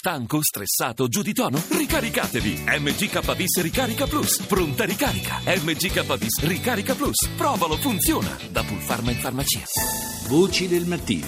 Stanco, stressato, giù di tono? Ricaricatevi! MGKBIS Ricarica Plus. Pronta ricarica. MGKBIS Ricarica Plus. Provalo, funziona. Da Pulpharma in farmacia. Voci del mattino.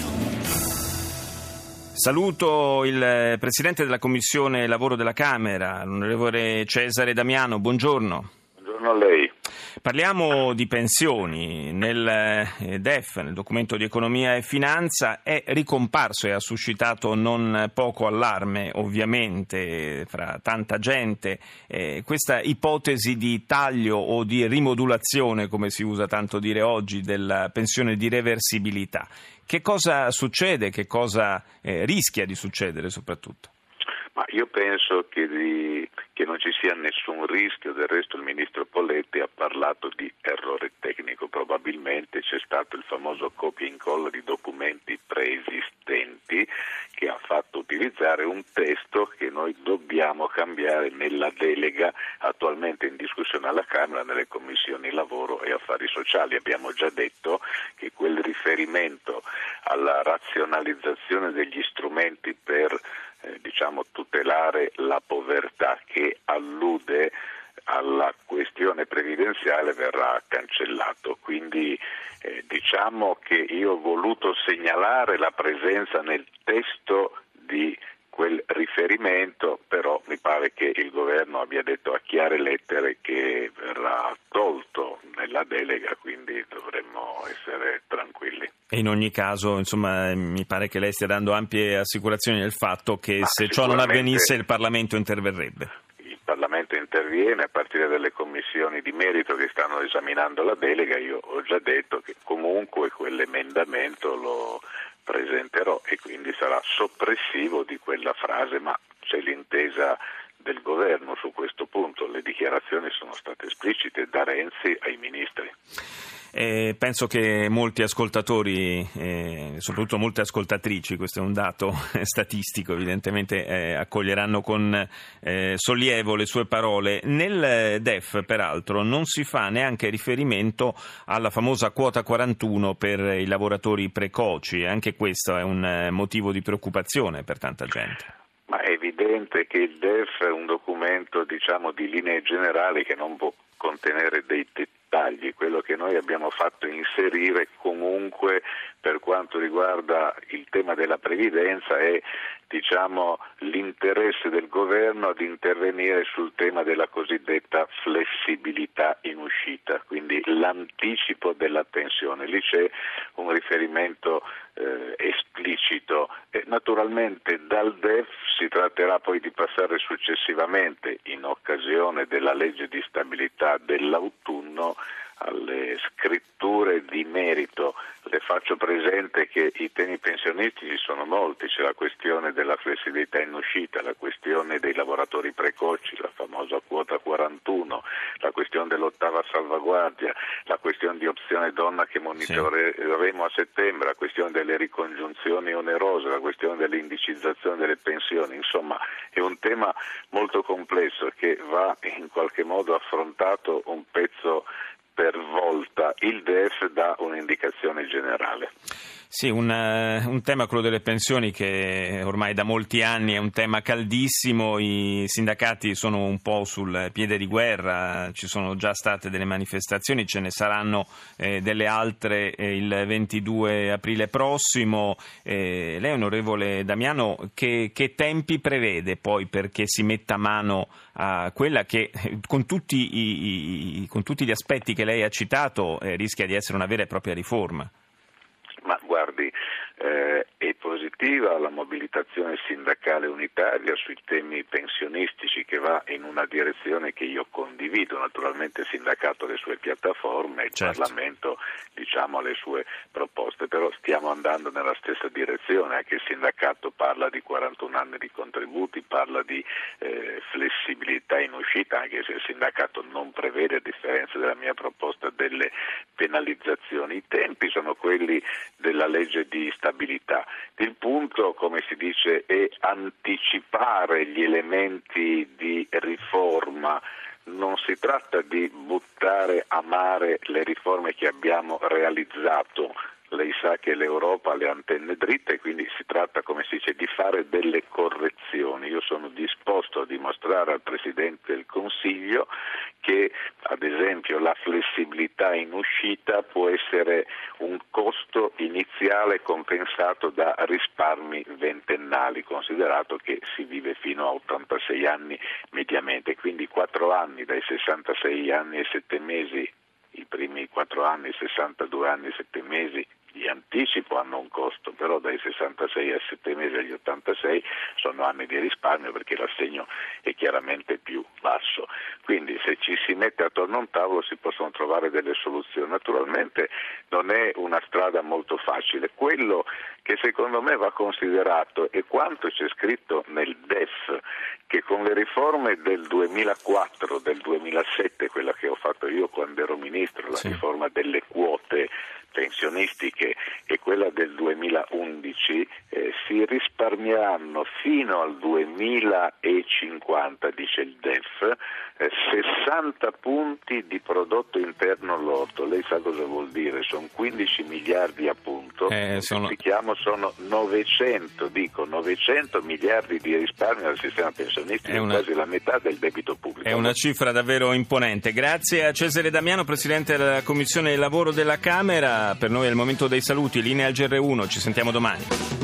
Saluto il Presidente della Commissione Lavoro della Camera, l'onorevole Cesare Damiano. Buongiorno. Buongiorno a lei. Parliamo di pensioni. Nel DEF, nel documento di economia e finanza, è ricomparso e ha suscitato non poco allarme, ovviamente, fra tanta gente, questa ipotesi di taglio o di rimodulazione, come si usa tanto dire oggi, della pensione di reversibilità. Che cosa succede? Che cosa rischia di succedere soprattutto? Ma io penso che non ci sia nessun rischio. Del resto il ministro Poletti ha parlato di errore tecnico. Probabilmente c'è stato il famoso copia e incolla di documenti preesistenti che ha fatto utilizzare un testo che noi dobbiamo cambiare nella delega attualmente in discussione alla Camera nelle commissioni lavoro e affari sociali. Abbiamo già detto che quel riferimento alla razionalizzazione degli strumenti per tutelare la povertà, che allude alla questione previdenziale, verrà cancellato. Quindi diciamo che io ho voluto segnalare la presenza nel testo di quel riferimento, però mi pare che il governo abbia detto a chiare lettere che verrà tolto nella delega, quindi dovremmo essere tranquilli. E in ogni caso, insomma, mi pare che lei stia dando ampie assicurazioni del fatto che se ciò non avvenisse il Parlamento interverrebbe. Il Parlamento interviene a partire dalle commissioni di merito che stanno esaminando la delega. Io ho già detto che comunque quell'emendamento lo presenterò e quindi sarà soppressivo di quella frase, ma c'è l'intesa del governo su questo punto. Le dichiarazioni sono state esplicite da Renzi ai ministri. Penso che molti ascoltatori, soprattutto molte ascoltatrici, questo è un dato statistico, evidentemente accoglieranno con sollievo le sue parole. Nel DEF, peraltro, non si fa neanche riferimento alla famosa quota 41 per i lavoratori precoci. Anche questo è un motivo di preoccupazione per tanta gente. Ma è evidente che il DEF è un documento, di linee generali che non può contenere dei dettagli. Quello che noi abbiamo fatto inserire comunque per quanto riguarda il tema della previdenza è l'interesse del governo ad intervenire sul tema della cosiddetta flessibilità in uscita, quindi l'anticipo della pensione. Lì c'è un riferimento esplicito e naturalmente dal DEF si tratterà poi di passare successivamente, in occasione della legge di stabilità dell'autunno, alle scritture di merito. Le faccio presente che i temi pensionistici sono molti, c'è la questione della flessibilità in uscita, la questione dei lavoratori precoci, la famosa quota 41, la questione dell'ottava salvaguardia, la questione di opzione donna che monitoreremo a settembre, la questione delle ricongiunzioni onerose, la questione dell'indicizzazione delle pensioni. Insomma, è un tema molto complesso che va in qualche modo affrontato un pezzo per volta. Il DEF dà un'indicazione generale. Sì, un tema, quello delle pensioni, che ormai da molti anni è un tema caldissimo. I sindacati sono un po' sul piede di guerra, ci sono già state delle manifestazioni, ce ne saranno delle altre il 22 aprile prossimo. Lei, onorevole Damiano, che tempi prevede poi perché si metta mano a quella che, con tutti gli aspetti che lei ha citato, rischia di essere una vera e propria riforma? Ma guardi, è positiva la mobilitazione sindacale unitaria sui temi pensionistici, che va in una direzione che io condivido. Naturalmente il sindacato ha le sue piattaforme, il Parlamento ha le sue proposte, però stiamo andando nella stessa direzione. Anche il sindacato parla di 41 anni di contributi, parla di flessibilità in uscita, anche se il sindacato non prevede, a differenza della mia proposta, delle penalizzazioni. I tempi sono quelli della legge di stabilità. Il punto, come si dice, è anticipare gli elementi di riforma. Non si tratta di buttare a mare le riforme che abbiamo realizzato. Lei sa che l'Europa ha le antenne dritte, quindi si tratta, come si dice, di fare delle correzioni. ricordare al Presidente del Consiglio che ad esempio la flessibilità in uscita può essere un costo iniziale compensato da risparmi ventennali, considerato che si vive fino a 86 anni mediamente, quindi 4 anni dai 66 anni e 7 mesi, i primi 4 anni, 62 anni e 7 mesi di anticipo hanno un costo, però dai 66 ai 7 mesi agli 86 sono anni di risparmio perché l'assegno è chiaramente più basso. Quindi se ci si mette attorno a un tavolo si possono trovare delle soluzioni. Naturalmente non è una strada molto facile. Quello che secondo me va considerato è quanto c'è scritto nel DEF, che con le riforme del 2004, del 2007, quella che ho fatto io quando ero ministro, la riforma delle quote pensionistiche e quella del 2011, si risparmieranno fino al 2050, dice il DEF, 60 punti di prodotto interno lordo. Lei sa cosa vuol dire? Sono 15 miliardi a punto, sono 900 miliardi di risparmio al sistema pensionistico, quasi la metà del debito pubblico. È una cifra davvero imponente. Grazie a Cesare Damiano, Presidente della Commissione Lavoro della Camera. Per noi è il momento dei saluti, linea al GR1, ci sentiamo domani.